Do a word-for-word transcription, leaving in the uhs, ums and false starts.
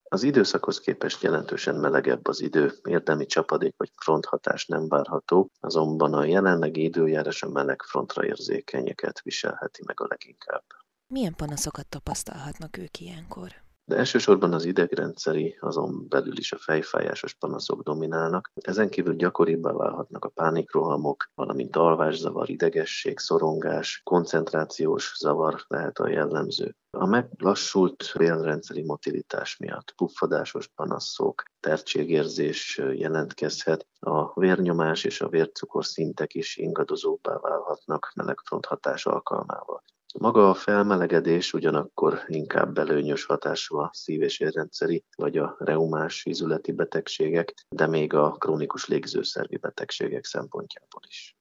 Az időszakhoz képest jelentősen melegebb az idő, érdemi csapadék vagy fronthatás nem várható, azonban a jelenlegi időjárás a meleg frontra érzékenyeket viselheti meg a leginkább. Milyen panaszokat tapasztalhatnak ők ilyenkor? De elsősorban az idegrendszeri, azon belül is a fejfájásos panaszok dominálnak. Ezen kívül gyakoribbá válhatnak a pánikrohamok, valamint alvászavar, idegesség, szorongás, koncentrációs zavar lehet a jellemző. A meglassult bélrendszeri motilitás miatt puffadásos panaszok, tertségérzés jelentkezhet, a vérnyomás és a vércukor szintek is ingadozóbbá válhatnak melegfront hatás alkalmával. Maga a felmelegedés ugyanakkor inkább előnyös hatású a szív- és érrendszeri vagy a reumás ízületi betegségek, de még a krónikus légzőszervi betegségek szempontjából is.